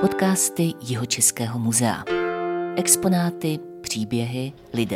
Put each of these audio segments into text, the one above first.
Podcasty Jihočeského muzea. Exponáty, příběhy, lidé.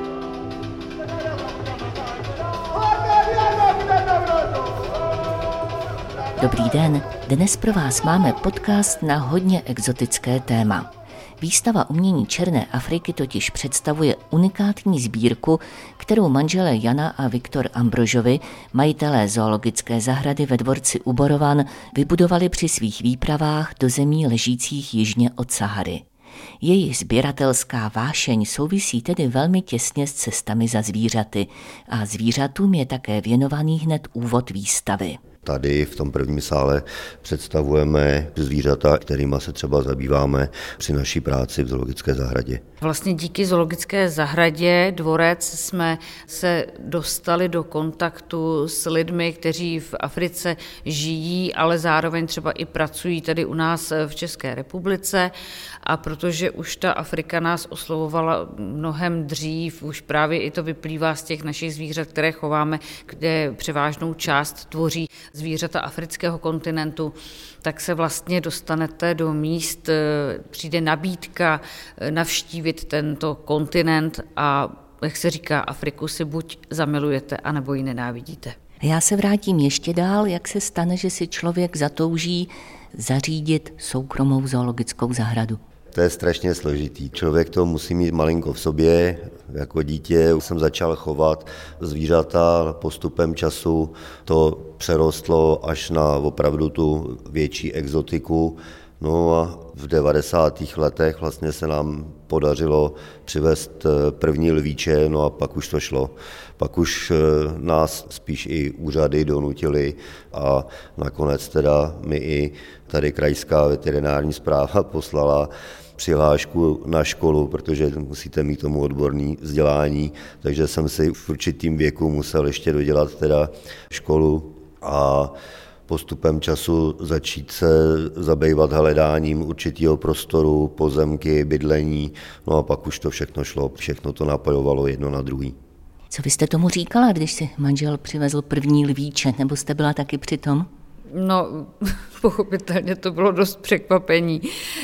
Dobrý den, dnes pro vás máme podcast na hodně exotické téma. Výstava umění černé Afriky totiž představuje unikátní sbírku, kterou manželé Jana a Viktor Ambrožovi, majitelé zoologické zahrady ve dvorci u Borovan, vybudovali při svých výpravách do zemí ležících jižně od Sahary. Jejich sběratelská vášeň souvisí tedy velmi těsně s cestami za zvířaty a zvířatům je také věnovaný hned úvod výstavy. Tady v tom prvním sále představujeme zvířata, kterými se třeba zabýváme při naší práci v zoologické zahradě. Vlastně díky zoologické zahradě Dvorec jsme se dostali do kontaktu s lidmi, kteří v Africe žijí, ale zároveň třeba i pracují tady u nás v České republice. A protože už ta Afrika nás oslovovala mnohem dřív, už právě i to vyplývá z těch našich zvířat, které chováme, kde převážnou část tvoří zvířata afrického kontinentu, tak se vlastně dostanete do míst, přijde nabídka navštívit tento kontinent a, jak se říká, Afriku si buď zamilujete, anebo ji nenávidíte. Já se vrátím ještě dál, jak se stane, že si člověk zatouží zařídit soukromou zoologickou zahradu. To je strašně složitý. Člověk to musí mít malinko v sobě. Jako dítě jsem začal chovat zvířata, postupem času to přerostlo až na opravdu tu větší exotiku. No a v 90. letech vlastně se nám podařilo přivést první lvíče, no a pak už to šlo. Pak už nás spíš i úřady donutily a nakonec teda mi i tady krajská veterinární správa poslala přihlášku na školu, protože musíte mít tomu odborné vzdělání, takže jsem si v určitým věku musel ještě dodělat teda školu a postupem času začít se zabývat hledáním určitého prostoru, pozemky, bydlení, no a pak už to všechno šlo, všechno to napojovalo jedno na druhý. Co vy jste tomu říkala, když si manžel přivezl první lvíče, nebo jste byla taky při tom? No, pochopitelně to bylo dost překvapení.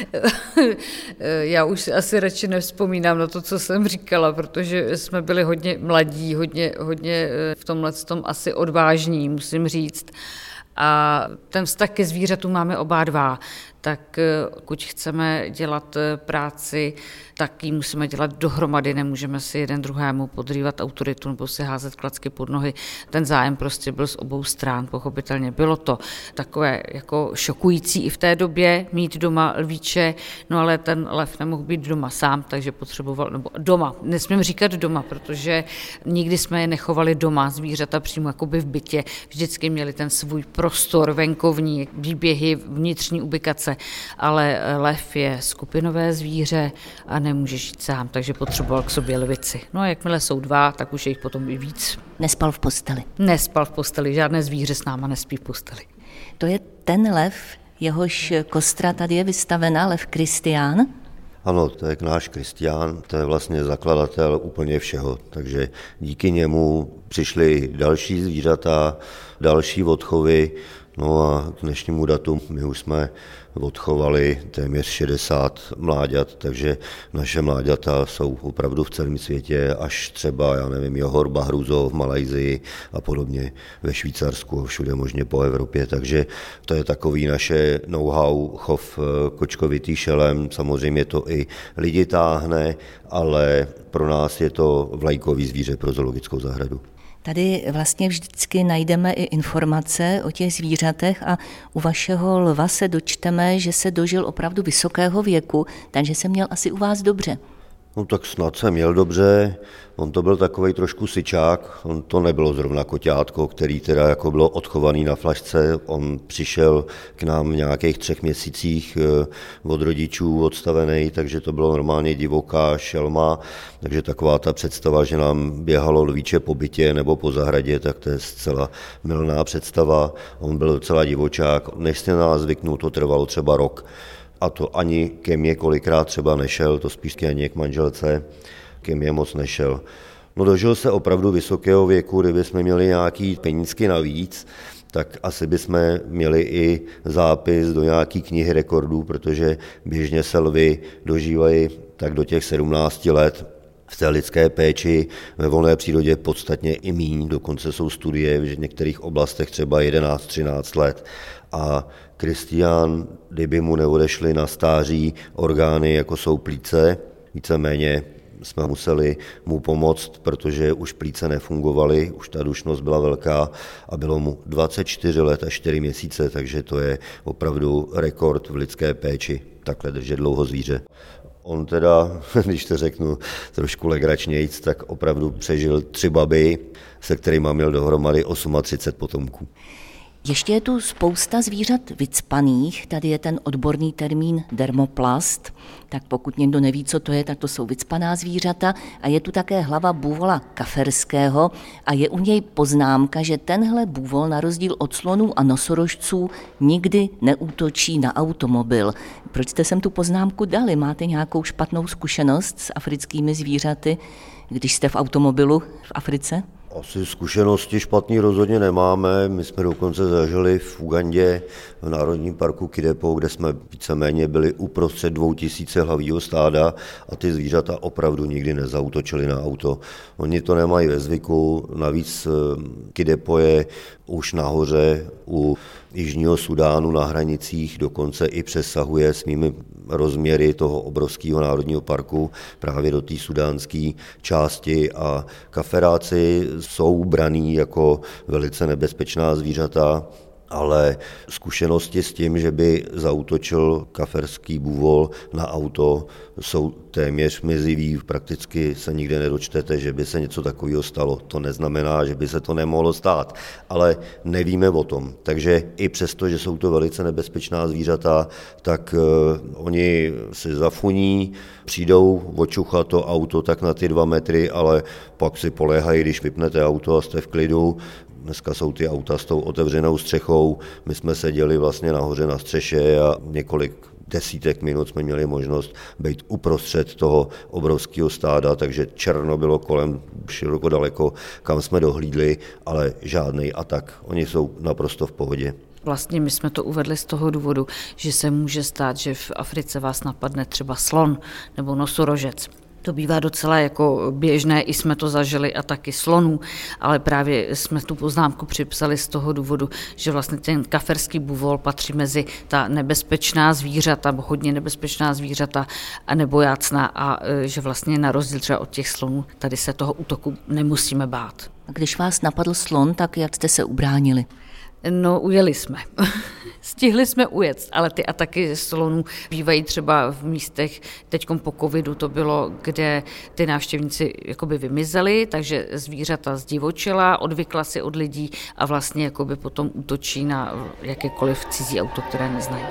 Já už si asi radši nevzpomínám na to, co jsem říkala, protože jsme byli hodně mladí, hodně v tomhletom asi odvážní, musím říct. A ten vztah ke zvířatu máme oba dva, tak pokud chceme dělat práci, tak ji musíme dělat dohromady, nemůžeme si jeden druhému podrývat autoritu nebo si házet klacky pod nohy. Ten zájem prostě byl z obou stran, pochopitelně. Bylo to takové jako šokující i v té době mít doma lvíče, no ale ten lev nemohl být doma sám, takže potřeboval, nebo doma, nesmím říkat doma, protože nikdy jsme je nechovali doma, zvířata přímo jakoby v bytě, vždycky měli ten svůj prostor venkovní, výběhy, vnitřní ubikace, ale lev je skupinové zvíře a nemůže žít sám, takže potřeboval k sobě lvici. No a jakmile jsou dva, tak už je jich potom i víc. Nespal v posteli? Nespal v posteli, žádné zvíře s náma nespí v posteli. To je ten lev, jehož kostra tady je vystavena, lev Kristián? Ano, to je náš Kristián, to je vlastně zakladatel úplně všeho, takže díky němu přišly další zvířata, další odchovy, no a k dnešnímu datu my už jsme odchovali téměř 60 mláďat, takže naše mláďata jsou opravdu v celém světě, až třeba, já nevím, Johor Bahruzo v Malajsii a podobně ve Švýcarsku a všude možně po Evropě, takže to je takový naše know-how, chov kočkovitý šelem, samozřejmě to i lidi táhne, ale pro nás je to vlajkový zvíře pro zoologickou zahradu. Tady vlastně vždycky najdeme i informace o těch zvířatech a u vašeho lva se dočteme, že se dožil opravdu vysokého věku, takže se měl asi u vás dobře. No tak snad jsem měl dobře, on to byl takovej trošku syčák, on to nebylo zrovna koťátko, který teda jako bylo odchovaný na flašce, on přišel k nám v nějakých 3 měsících od rodičů odstavený, takže to bylo normálně divoká šelma, takže taková ta představa, že nám běhalo lvíče po bytě nebo po zahradě, tak to je zcela mylná představa, on byl docela divočák, než se na nás zvyknul, to trvalo třeba rok. A to ani ke mně kolikrát třeba nešel, to spíš ani k manželce, ke mně moc nešel. No dožil se opravdu vysokého věku, kdyby jsme měli nějaký penízky navíc, tak asi bychom měli i zápis do nějaké knihy rekordů, protože běžně se lvi dožívají tak do těch 17 let. V té lidské péči ve volné přírodě podstatně i míň, dokonce jsou studie, že v některých oblastech třeba 11-13 let. A Kristián, kdyby mu neodešly na stáří orgány, jako jsou plíce, víceméně jsme museli mu pomoct, protože už plíce nefungovaly, už ta dušnost byla velká a bylo mu 24 let a 4 měsíce, takže to je opravdu rekord v lidské péči, takhle držet dlouho zvíře. On teda, když to řeknu trošku legračnějc, tak opravdu přežil 3 baby, se kterými měl dohromady 38 potomků. Ještě je tu spousta zvířat vycpaných, tady je ten odborný termín dermoplast, tak pokud někdo neví, co to je, tak to jsou vycpaná zvířata a je tu také hlava bůvola kaferského a je u něj poznámka, že tenhle bůvol na rozdíl od slonů a nosorožců nikdy neútočí na automobil. Proč jste sem tu poznámku dali? Máte nějakou špatnou zkušenost s africkými zvířaty, když jste v automobilu v Africe? Asi zkušenosti špatný rozhodně nemáme. My jsme dokonce zažili v Ugandě v Národním parku Kidepo, kde jsme víceméně byli uprostřed 2000 hlavního stáda a ty zvířata opravdu nikdy nezautočili na auto. Oni to nemají ve zvyku, navíc Kidepo je už nahoře u Jižního Sudánu na hranicích, dokonce i přesahuje svými rozměry toho obrovského národního parku právě do té sudánské části a kaferáci jsou braní jako velice nebezpečná zvířata, ale zkušenosti s tím, že by zaútočil kaferský bůvol na auto, jsou téměř mizivý, prakticky se nikde nedočtete, že by se něco takového stalo. To neznamená, že by se to nemohlo stát, ale nevíme o tom. Takže i přesto, že jsou to velice nebezpečná zvířata, tak oni si zafuní, přijdou očuchat to auto tak na ty 2 metry, ale pak si poléhají, když vypnete auto a jste v klidu. Dneska jsou ty auta s tou otevřenou střechou. My jsme seděli vlastně nahoře na střeše a několik desítek minut jsme měli možnost být uprostřed toho obrovského stáda, takže černo bylo kolem široko daleko, kam jsme dohlídli, ale žádnej atak. Oni jsou naprosto v pohodě. Vlastně my jsme to uvedli z toho důvodu, že se může stát, že v Africe vás napadne třeba slon nebo nosorožec. To bývá docela jako běžné, i jsme to zažili a taky slonů, ale právě jsme tu poznámku připsali z toho důvodu, že vlastně ten kaferský bůvol patří mezi ta nebezpečná zvířata, nebo hodně nebezpečná zvířata a nebojácná a že vlastně na rozdíl třeba od těch slonů tady se toho útoku nemusíme bát. A když vás napadl slon, tak jak jste se ubránili? No, ujeli jsme. Stihli jsme ujet, ale ty ataky slonů bývají třeba v místech, teďkom po covidu to bylo, kde ty návštěvníci jakoby vymizeli, takže zvířata zdivočela, odvykla si od lidí a vlastně jakoby potom útočí na jakékoliv cizí auto, které neznají.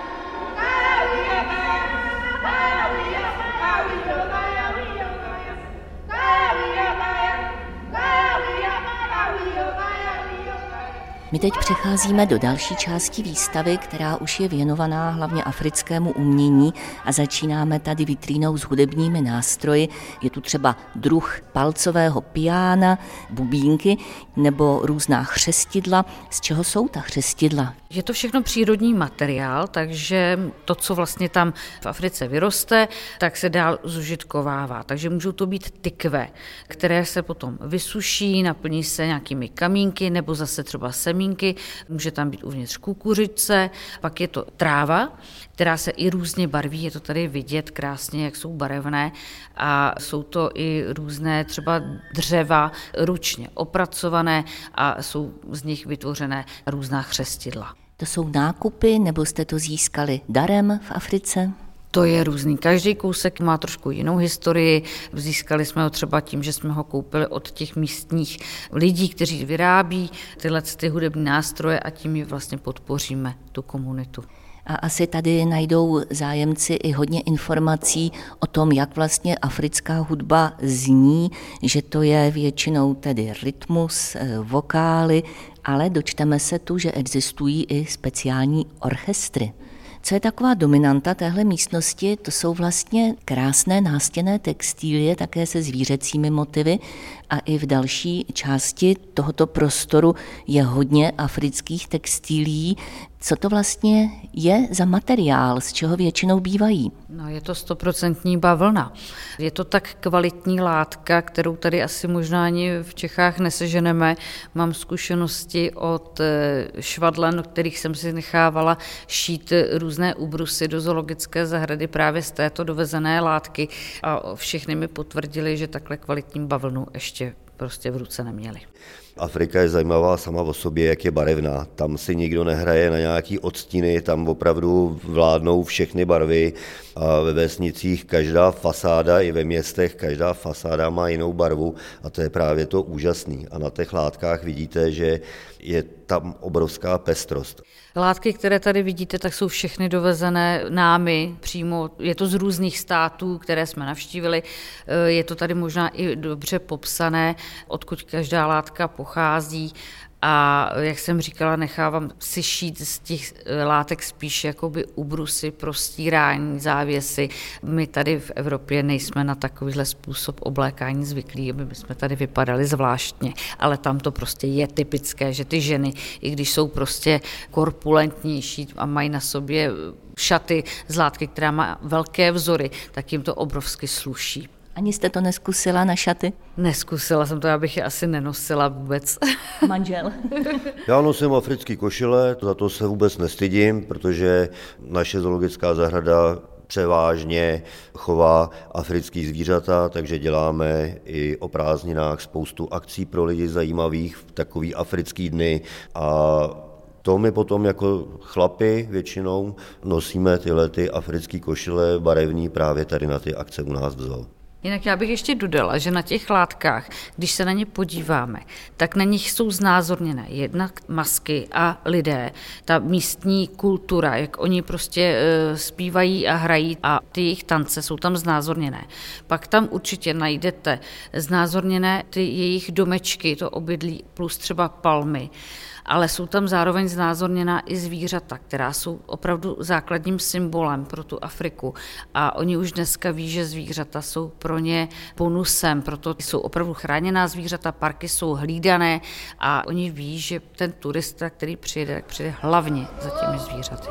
My teď přecházíme do další části výstavy, která už je věnovaná hlavně africkému umění a začínáme tady vitrínou s hudebními nástroji. Je tu třeba druh palcového piána, bubínky nebo různá chřestidla. Z čeho jsou ta chřestidla? Je to všechno přírodní materiál, takže to, co vlastně tam v Africe vyroste, tak se dál zužitkovává. Takže můžou to být tykve, které se potom vysuší, naplní se nějakými kamínky nebo zase třeba semínky, může tam být uvnitř kukuřice, pak je to tráva, která se i různě barví, je to tady vidět krásně, jak jsou barevné a jsou to i různé třeba dřeva ručně opracované a jsou z nich vytvořené různá chřestidla. To jsou nákupy, nebo jste to získali darem v Africe? To je různý. Každý kousek má trošku jinou historii. Získali jsme ho třeba tím, že jsme ho koupili od těch místních lidí, kteří vyrábí tyhle hudební nástroje a tím je vlastně podpoříme tu komunitu. A asi tady najdou zájemci i hodně informací o tom, jak vlastně africká hudba zní, že to je většinou tedy rytmus, vokály, ale dočteme se tu, že existují i speciální orchestry. Co je taková dominanta téhle místnosti, to jsou vlastně krásné nástěnné textilie, také se zvířecími motivy a i v další části tohoto prostoru je hodně afrických textilií. Co to vlastně je za materiál, z čeho většinou bývají? No, je to 100% bavlna. Je to tak kvalitní látka, kterou tady asi možná ani v Čechách neseženeme. Mám zkušenosti od švadlen, kterých jsem si nechávala šít různé úbrusy do zoologické zahrady právě z této dovezené látky a všechny mi potvrdili, že takhle kvalitní bavlnu ještě prostě v ruce neměli. Afrika je zajímavá sama o sobě, jak je barevná. Tam si nikdo nehraje na nějaký odstíny, tam opravdu vládnou všechny barvy a ve vesnicích každá fasáda, i ve městech, každá fasáda má jinou barvu a to je právě to úžasný. A na těch látkách vidíte, že je tam obrovská pestrost. Látky, které tady vidíte, tak jsou všechny dovezené námi přímo. Je to z různých států, které jsme navštívili. Je to tady možná i dobře popsané, odkud každá látka pochází. A jak jsem říkala, nechávám si šít z těch látek spíš jakoby ubrusy pro stírání, závěsy. My tady v Evropě nejsme na takovýhle způsob oblékání zvyklí, aby jsme tady vypadali zvláštně, ale tam to prostě je typické, že ty ženy, i když jsou prostě korpulentnější a mají na sobě šaty z látky, která má velké vzory, tak jim to obrovsky sluší. Ani jste to neskusila na šaty? Neskusila jsem to, já bych je asi nenosila vůbec. Manžel? Já nosím africký košile, za to se vůbec nestydím, protože naše zoologická zahrada převážně chová africký zvířata, takže děláme i o prázdninách spoustu akcí pro lidi zajímavých, takový africký dny a to my potom jako chlapi většinou nosíme tyhle africké košile barevný právě tady na ty akce u nás v zoo. Jinak já bych ještě dodala, že na těch látkách, když se na ně podíváme, tak na nich jsou znázorněné jednak masky a lidé, ta místní kultura, jak oni prostě zpívají a hrají a ty jejich tance jsou tam znázorněné. Pak tam určitě najdete znázorněné ty jejich domečky, to obydlí plus třeba palmy, ale jsou tam zároveň znázorněná i zvířata, která jsou opravdu základním symbolem pro tu Afriku. A oni už dneska ví, že zvířata jsou pro ně bonusem, proto jsou opravdu chráněná zvířata, parky jsou hlídané a oni ví, že ten turista, který přijede, tak přijde hlavně za těmi zvířaty.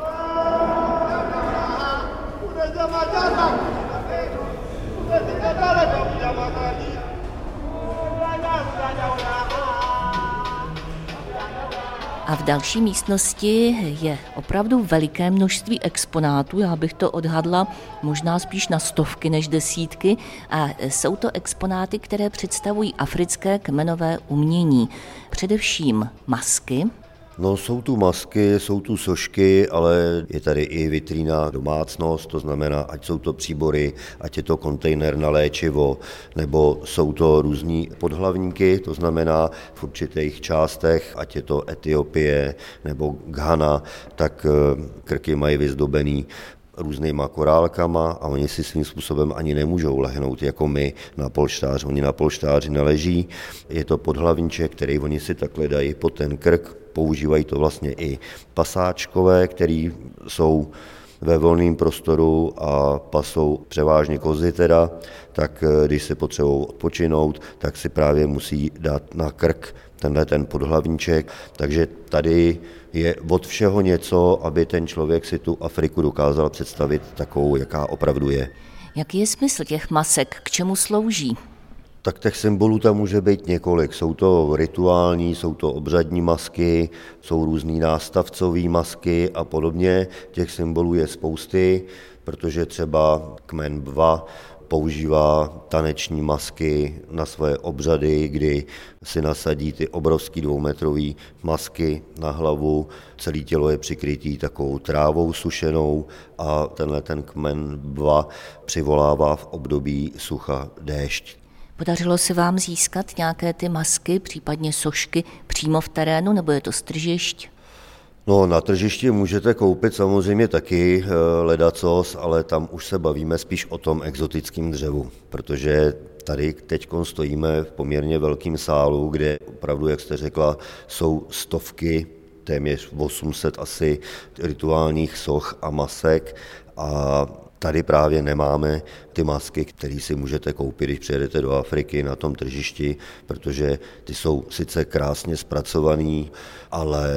A v další místnosti je opravdu veliké množství exponátů, já bych to odhadla možná spíš na stovky než desítky a jsou to exponáty, které představují africké kmenové umění. Především masky. No, jsou tu masky, jsou tu sošky, ale je tady i vitrína domácnost, to znamená, ať jsou to příbory, ať je to kontejner na léčivo, nebo jsou to různí podhlavníky, to znamená v určitých částech, ať je to Etiopie nebo Ghana, tak krky mají vyzdobený různýma korálkama a oni si svým způsobem ani nemůžou lehnout jako my na polštář. Oni na polštáři neleží, je to podhlavníček, který oni si takhle dají pod ten krk, používají to vlastně i pasáčkové, který jsou ve volném prostoru a pasou převážně kozy teda, tak když se potřebují odpočinout, tak si právě musí dát na krk ten podhlavníček, takže tady je od všeho něco, aby ten člověk si tu Afriku dokázal představit takovou, jaká opravdu je. Jaký je smysl těch masek, k čemu slouží? Tak těch symbolů tam může být několik. Jsou to rituální, jsou to obřadní masky, jsou různý nástavcové masky a podobně. Těch symbolů je spousty, protože třeba kmen Bva používá taneční masky na svoje obřady, kdy si nasadí ty obrovský 2metrové masky na hlavu, celé tělo je přikrytý takovou trávou sušenou a ten kmen Bva přivolává v období sucha déšť. Podařilo se vám získat nějaké ty masky, případně sošky přímo v terénu, nebo je to z tržišť? No, na tržišti můžete koupit samozřejmě taky ledacos, ale tam už se bavíme spíš o tom exotickém dřevu, protože tady teď stojíme v poměrně velkém sálu, kde opravdu, jak jste řekla, jsou stovky téměř 800 asi rituálních soch a masek a tady právě nemáme ty masky, které si můžete koupit, když přijedete do Afriky na tom tržišti, protože ty jsou sice krásně zpracovaný, ale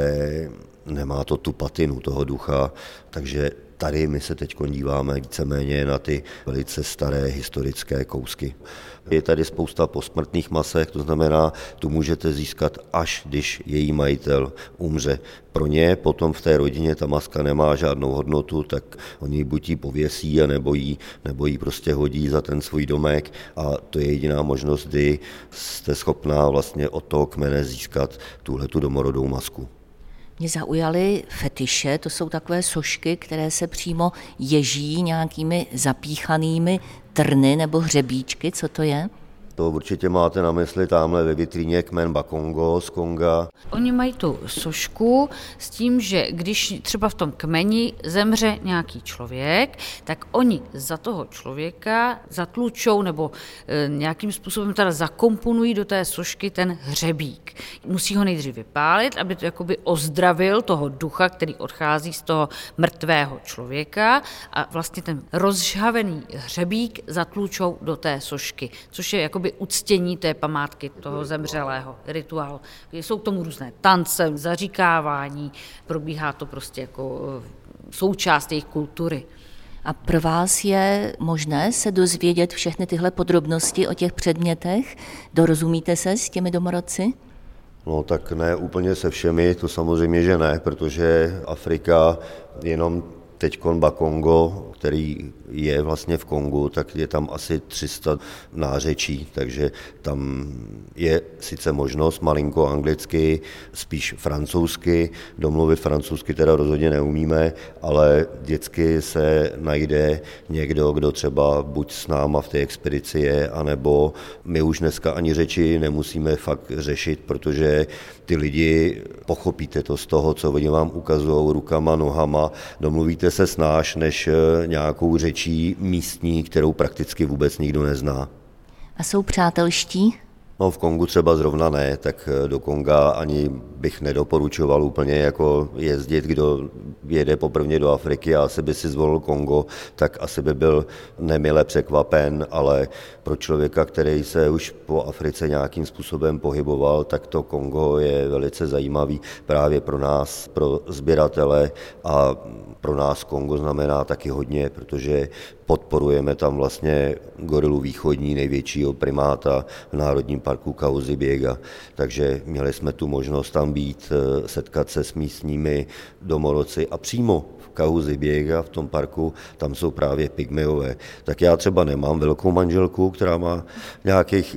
nemá to tu patinu toho ducha, takže tady my se teď díváme víceméně na ty velice staré historické kousky. Je tady spousta posmrtných masek, to znamená, tu můžete získat, až když její majitel umře. Pro ně potom v té rodině ta maska nemá žádnou hodnotu, tak oni buď ji pověsí, nebo ji prostě hodí za ten svůj domek a to je jediná možnost, kdy jste schopná vlastně od toho kmene získat tuhletu domorodou masku. Mě zaujaly fetiše, to jsou takové sošky, které se přímo ježí nějakými zapíchanými trny nebo hřebíčky, co to je? To určitě máte na mysli tamhle ve vitríně kmen Bakongo z Konga. Oni mají tu sošku s tím, že když třeba v tom kmeni zemře nějaký člověk, tak oni za toho člověka zatlučou nebo nějakým způsobem teda zakomponují do té sošky ten hřebík. Musí ho nejdřív vypálit, aby to jakoby ozdravil toho ducha, který odchází z toho mrtvého člověka a vlastně ten rozžhavený hřebík zatlučou do té sošky, což je jakoby uctění té památky toho zemřelého, rituál. Jsou k tomu různé tance, zaříkávání, probíhá to prostě jako součást jejich kultury. A pro vás je možné se dozvědět všechny tyhle podrobnosti o těch předmětech? Dorozumíte se s těmi domorodci? No tak ne úplně se všemi, to samozřejmě, že ne, protože Afrika jenom teďkon Bakongo, který je vlastně v Kongu, tak je tam asi 300 nářečí, takže tam je sice možnost malinko anglicky, spíš francouzsky, domluvit francouzsky teda rozhodně neumíme, ale vždycky se najde někdo, kdo třeba buď s náma v té expedici je, anebo my už dneska ani řeči nemusíme fakt řešit, protože ty lidi, pochopíte to z toho, co oni vám ukazují rukama, nohama, domluvíte se snáš, než nějakou řečí místní, kterou prakticky vůbec nikdo nezná. A jsou přátelští? No v Kongu třeba zrovna ne, tak do Konga ani bych nedoporučoval úplně jako jezdit, kdo jede poprvé do Afriky a asi by si zvolil Kongo, tak asi by byl nemile překvapen, ale pro člověka, který se už po Africe nějakým způsobem pohyboval, tak to Kongo je velice zajímavý právě pro nás, pro sběratele a pro nás Kongo znamená taky hodně, protože podporujeme tam vlastně gorilu východní, největšího primáta v Národním parku Kahuzi-Biega. Takže měli jsme tu možnost tam být, setkat se s místními domorodci a přímo v Kahuzi-Biega v tom parku, tam jsou právě pygmeové. Tak já třeba nemám velkou manželku, která má nějakých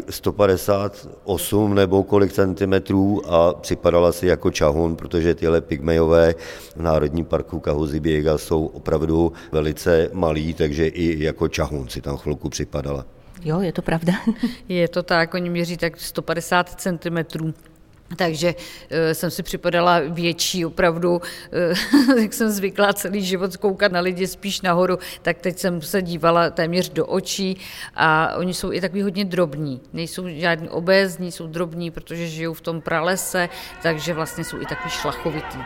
158 nebo kolik centimetrů a připadala si jako čahun, protože tyhle pygmeové v Národním parku Kahuzi-Biega jsou opravdu velice malí, takže i jako čahun si tam chvilku připadala. Jo, je to pravda. Je to tak, oni měří tak 150 cm. Takže jsem si připadala větší opravdu, jak jsem zvyklá celý život koukat na lidi spíš nahoru, tak teď jsem se dívala téměř do očí a oni jsou i takový hodně drobní. Nejsou žádní obézní, jsou drobní, protože žijou v tom pralese, takže vlastně jsou i takový šlachovitý.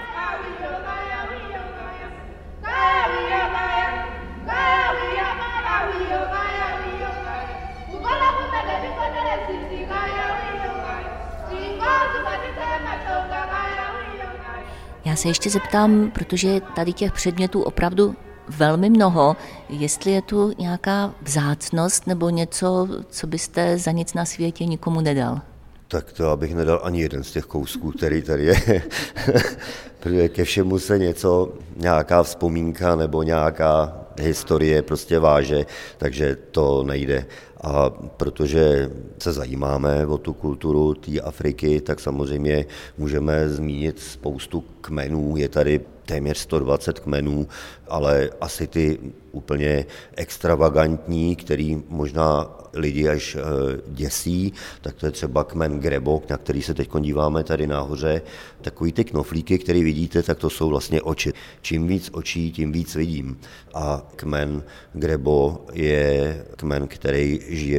Já se ještě zeptám, protože je tady těch předmětů opravdu velmi mnoho, jestli je tu nějaká vzácnost nebo něco, co byste za nic na světě nikomu nedal. Tak to abych nedal ani jeden z těch kousků, který tady je. Protože ke všemu se nějaká vzpomínka nebo nějaká historie prostě váže, takže to nejde. A protože se zajímáme o tu kulturu té Afriky, tak samozřejmě můžeme zmínit spoustu kmenů. Je tady téměř 120 kmenů, ale asi ty úplně extravagantní, který možná lidi až děsí, tak to je třeba kmen Grebo, na který se teď díváme tady nahoře. Takový ty knoflíky, které vidíte, tak to jsou vlastně oči. Čím víc očí, tím víc vidím. A kmen Grebo je kmen, který žije v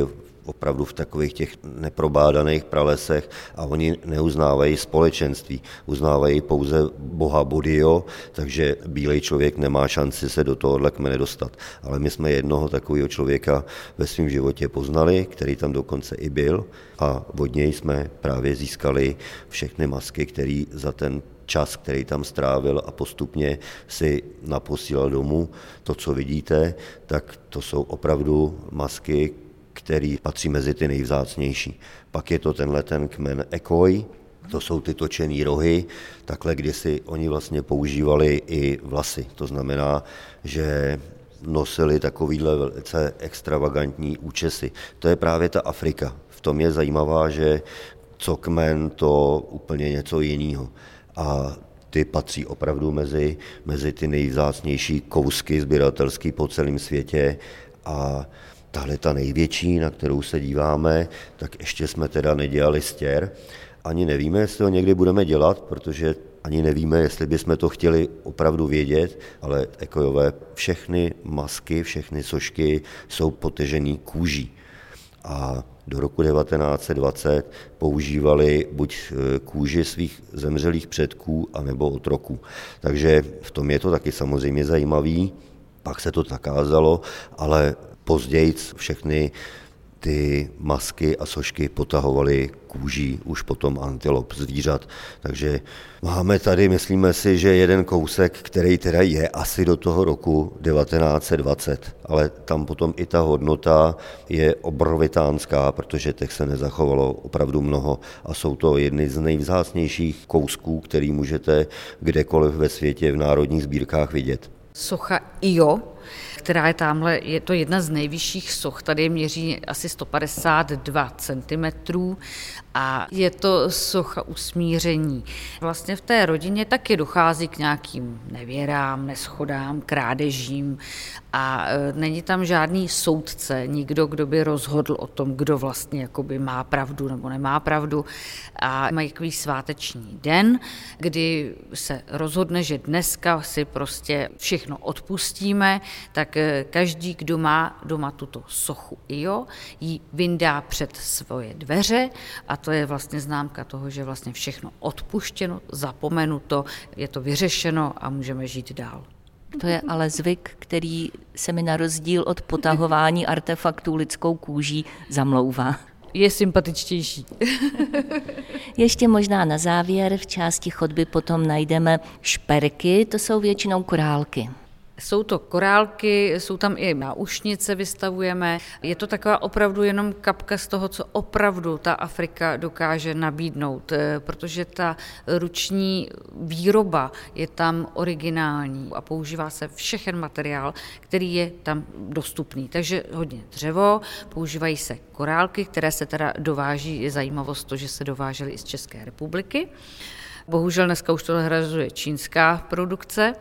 opravdu v takových těch neprobádaných pralesech a oni neuznávají společenství, uznávají pouze boha Bodhio, takže bílej člověk nemá šanci se do tohohle kmene dostat. Ale my jsme jednoho takového člověka ve svém životě poznali, který tam dokonce i byl a od něj jsme právě získali všechny masky, který za ten čas, který tam strávil a postupně si naposílal domů. To, co vidíte, tak to jsou opravdu masky, které patří mezi ty nejvzácnější. Pak je to ten kmen Ekoj, to jsou ty točený rohy, takhle kdysi oni vlastně používali i vlasy. To znamená, že nosili takovýhle velice extravagantní účesy. To je právě ta Afrika. V tom je zajímavá, že co kmen, to úplně něco jiného. A ty patří opravdu mezi ty nejvzácnější kousky sběratelský po celém světě a tahle ta největší, na kterou se díváme, tak ještě jsme teda nedělali stěr. Ani nevíme, jestli ho někdy budeme dělat, protože ani nevíme, jestli bychom to chtěli opravdu vědět, ale ekojové všechny masky, všechny sošky jsou potažený kůží. A do roku 1920 používali buď kůži svých zemřelých předků, anebo otroků. Takže v tom je to taky samozřejmě zajímavý, pak se to zakázalo, ale později všechny ty masky a sošky potahovaly kůží už potom antilop zvířat. Takže máme tady, myslíme si, že jeden kousek, který teda je asi do toho roku 1920, ale tam potom i ta hodnota je obrovitánská, protože těch se nezachovalo opravdu mnoho a jsou to jedny z nejvzácnějších kousků, který můžete kdekoliv ve světě v národních sbírkách vidět. Socha Io, která je tamhle, je to jedna z nejvyšších soch, tady měří asi 152 cm a je to socha usmíření. Vlastně v té rodině taky dochází k nějakým nevěrám, neschodám, krádežím a není tam žádný soudce, nikdo, kdo by rozhodl o tom, kdo vlastně jakoby má pravdu nebo nemá pravdu a mají takový sváteční den, kdy se rozhodne, že dneska si prostě všechno odpustíme, tak každý, kdo má doma tuto sochu Io, ji vyndá před svoje dveře a to je vlastně známka toho, že vlastně všechno odpuštěno, zapomenuto, je to vyřešeno a můžeme žít dál. To je ale zvyk, který se mi na rozdíl od potahování artefaktů lidskou kůží zamlouvá. Je sympatičtější. Ještě možná na závěr v části chodby potom najdeme šperky, to jsou většinou korálky. Jsou to korálky, jsou tam i náušnice, vystavujeme. Je to taková opravdu jenom kapka z toho, co opravdu ta Afrika dokáže nabídnout, protože ta ruční výroba je tam originální a používá se všechen materiál, který je tam dostupný. Takže hodně dřevo, používají se korálky, které se teda dováží, je zajímavost to, že se dovážely i z České republiky. Bohužel dneska už to nahrazuje čínská produkce.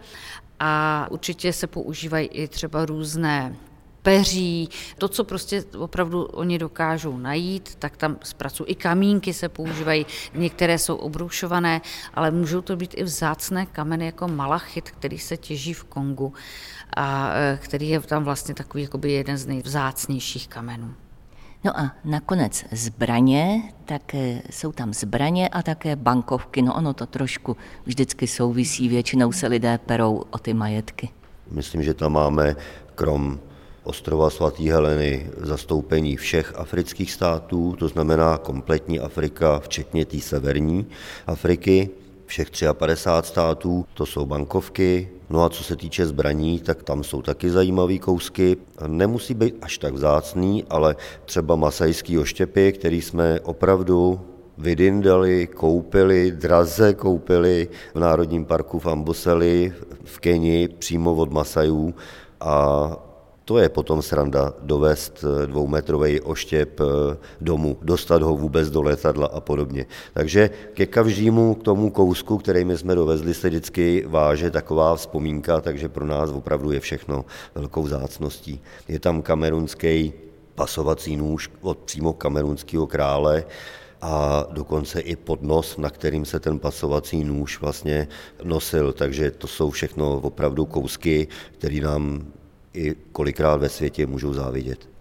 A určitě se používají i třeba různé peří, to, co prostě opravdu oni dokážou najít, tak tam zpracují. I kamínky se používají, některé jsou obroušované, ale můžou to být i vzácné kameny jako malachit, který se těží v Kongu a který je tam vlastně takový jakoby jeden z nejvzácnějších kamenů. No a nakonec zbraně, tak jsou tam zbraně a také bankovky. No ono to trošku vždycky souvisí, většinou se lidé perou o ty majetky. Myslím, že tam máme krom ostrova svaté Heleny zastoupení všech afrických států, to znamená kompletní Afrika, včetně té severní Afriky, všech 53 států, to jsou bankovky. No a co se týče zbraní, tak tam jsou taky zajímavý kousky. Nemusí být až tak vzácný, ale třeba masajský oštěpy, který jsme opravdu vydyndali, koupili, draze koupili v Národním parku v Amboseli v Keni přímo od Masajů a to je potom sranda dovést 2metrový oštěp domů, dostat ho vůbec do letadla a podobně. Takže ke každému k tomu kousku, který my jsme dovezli, se vždycky váže taková vzpomínka, takže pro nás opravdu je všechno velkou vzácností. Je tam kamerunský pasovací nůž od přímo kamerunského krále a dokonce i podnos, na kterým se ten pasovací nůž vlastně nosil, takže to jsou všechno opravdu kousky, které nám i kolikrát ve světě můžou závidět.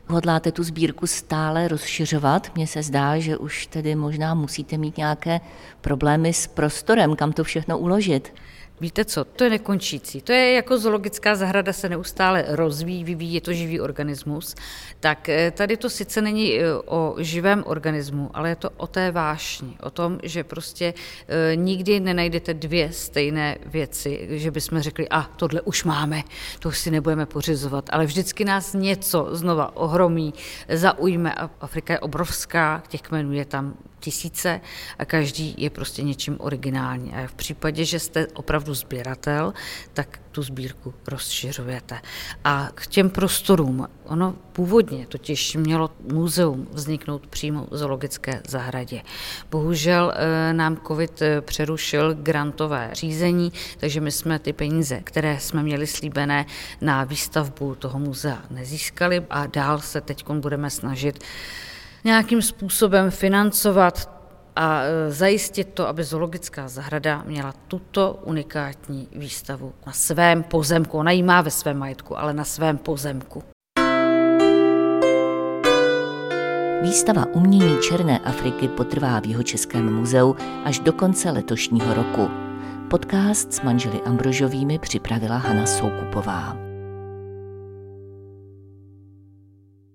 Hodláte tu sbírku stále rozšiřovat? Mně se zdá, že už tedy možná musíte mít nějaké problémy s prostorem, kam to všechno uložit. Víte co, to je nekončící. To je jako zoologická zahrada se neustále rozvíjí, vyvíjí, je to živý organismus. Tak tady to sice není o živém organismu, ale je to o té vášni, o tom, že prostě nikdy nenajdete dvě stejné věci, že bychom řekli, tohle už máme, to už si nebudeme pořizovat, ale vždycky nás něco znova ohromí, zaujme. A Afrika je obrovská, těch kmenů je tam tisíce a každý je prostě něčím originální. A v případě, že jste opravdu sběratel, tak tu sbírku rozšiřujete. A k těm prostorům, ono původně totiž mělo muzeum vzniknout přímo v zoologické zahradě. Bohužel nám covid přerušil grantové řízení, takže my jsme ty peníze, které jsme měli slíbené na výstavbu toho muzea, nezískali a dál se teď budeme snažit nějakým způsobem financovat a zajistit to, aby zoologická zahrada měla tuto unikátní výstavu na svém pozemku. Ona ji má ve svém majetku, ale na svém pozemku. Výstava umění Černé Afriky potrvá v Jihočeském muzeu až do konce letošního roku. Podcast s manželi Ambrožovými připravila Hana Soukupová.